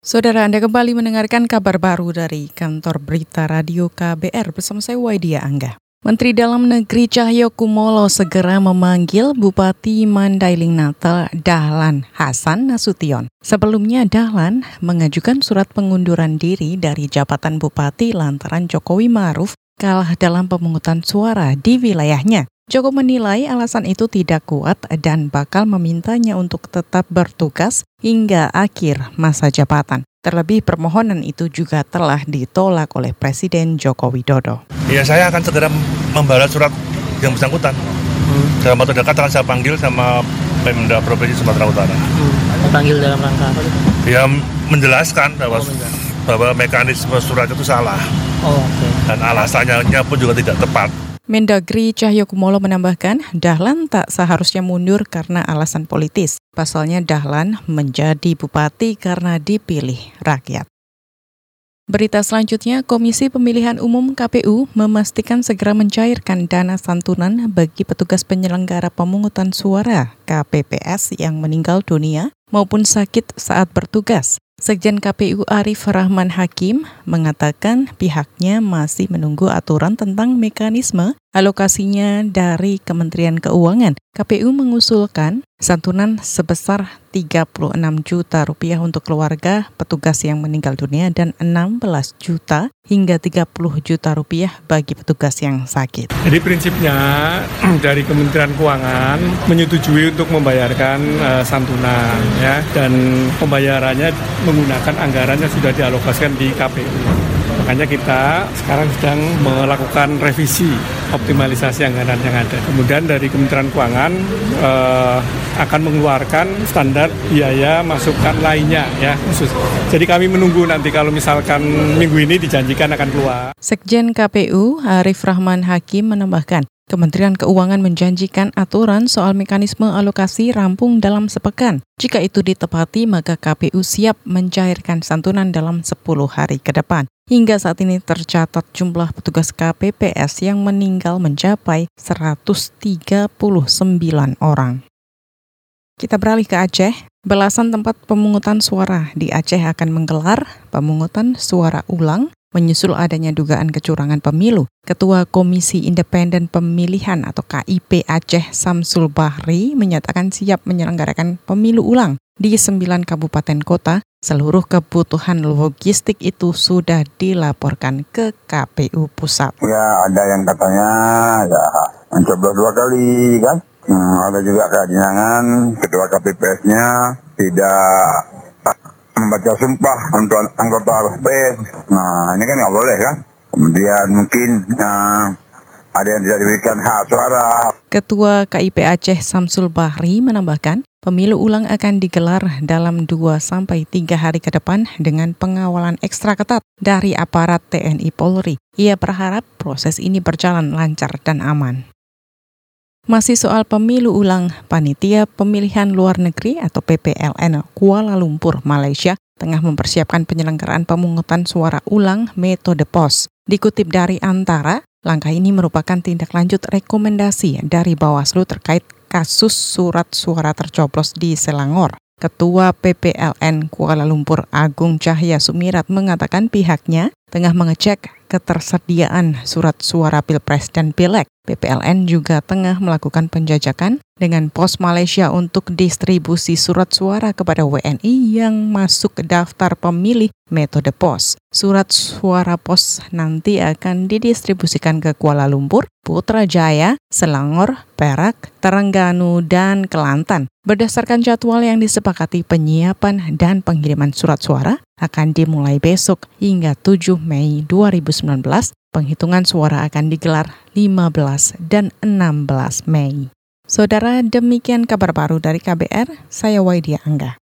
Saudara, Anda kembali mendengarkan kabar baru dari kantor berita radio KBR bersama saya Waidia Angga. Menteri Dalam Negeri Cahyokumolo segera memanggil Bupati Mandailing Natal Dahlan Hasan Nasution. Sebelumnya Dahlan mengajukan surat pengunduran diri dari jabatan Bupati lantaran Jokowi Ma'ruf kalah dalam pemungutan suara di wilayahnya. Joko menilai alasan itu tidak kuat dan bakal memintanya untuk tetap bertugas hingga akhir masa jabatan. Terlebih permohonan itu juga telah ditolak oleh Presiden Joko Widodo. Ya, saya akan segera membalas surat yang bersangkutan. Dalam waktu dekat akan saya panggil sama Pemda Provinsi Sumatera Utara. Dipanggil dalam rangka apa? Ya, menjelaskan bahwa mekanisme surat itu salah. Okay. Dan alasannya pun juga tidak tepat. Mendagri Cahyokumolo menambahkan, Dahlan tak seharusnya mundur karena alasan politis. Pasalnya Dahlan menjadi bupati karena dipilih rakyat. Berita selanjutnya, Komisi Pemilihan Umum KPU memastikan segera mencairkan dana santunan bagi petugas penyelenggara pemungutan suara KPPS yang meninggal dunia maupun sakit saat bertugas. Sekjen KPU Arif Rahman Hakim mengatakan pihaknya masih menunggu aturan tentang mekanisme alokasinya dari Kementerian Keuangan. KPU mengusulkan santunan sebesar Rp36 juta untuk keluarga petugas yang meninggal dunia dan 16 juta hingga Rp30 juta bagi petugas yang sakit. Jadi prinsipnya dari Kementerian Keuangan menyetujui untuk membayarkan santunan ya, dan pembayarannya menggunakan anggaran yang sudah dialokasikan di KPU. Makanya kita sekarang sedang melakukan revisi optimalisasi anggaran yang ada. Kemudian dari Kementerian Keuangan akan mengeluarkan standar biaya masukan lainnya ya khusus. Jadi kami menunggu nanti kalau misalkan minggu ini dijanjikan akan keluar. Sekjen KPU Arif Rahman Hakim menambahkan, Kementerian Keuangan menjanjikan aturan soal mekanisme alokasi rampung dalam sepekan. Jika itu ditepati, maka KPU siap mencairkan santunan dalam 10 hari ke depan. Hingga saat ini tercatat jumlah petugas KPPS yang meninggal mencapai 139 orang. Kita beralih ke Aceh. Belasan tempat pemungutan suara di Aceh akan menggelar pemungutan suara ulang menyusul adanya dugaan kecurangan pemilu. Ketua Komisi Independen Pemilihan atau KIP Aceh Samsul Bahri menyatakan siap menyelenggarakan pemilu ulang di 9 kabupaten kota. Seluruh kebutuhan logistik itu sudah dilaporkan ke KPU Pusat. Ya, ada yang katanya ya mencoblos 2 kali kan. Ada juga keajengan ketua KPPS-nya tidak membaca sumpah untuk anggota KPPS. Nah, ini kan nggak boleh kan. Kemudian mungkin ada yang tidak diberikan hak suara. Ketua KIP Aceh Samsul Bahri menambahkan, pemilu ulang akan digelar dalam 2-3 hari ke depan dengan pengawalan ekstra ketat dari aparat TNI Polri. Ia berharap proses ini berjalan lancar dan aman. Masih soal pemilu ulang, Panitia Pemilihan Luar Negeri atau PPLN Kuala Lumpur, Malaysia, tengah mempersiapkan penyelenggaraan pemungutan suara ulang metode POS. Dikutip dari Antara, langkah ini merupakan tindak lanjut rekomendasi dari Bawaslu terkait kasus surat suara tercoblos di Selangor. Ketua PPLN Kuala Lumpur Agung Cahya Sumirat mengatakan pihaknya tengah mengecek ketersediaan surat suara Pilpres dan Pileg. PPLN juga tengah melakukan penjajakan dengan Pos Malaysia untuk distribusi surat suara kepada WNI yang masuk ke daftar pemilih metode POS. Surat suara POS nanti akan didistribusikan ke Kuala Lumpur, Putrajaya, Selangor, Perak, Terengganu, dan Kelantan. Berdasarkan jadwal yang disepakati, penyiapan dan pengiriman surat suara akan dimulai besok hingga 7 Mei 2019. Penghitungan suara akan digelar 15 dan 16 Mei. Saudara, demikian kabar baru dari KBR, saya Waidia Angga.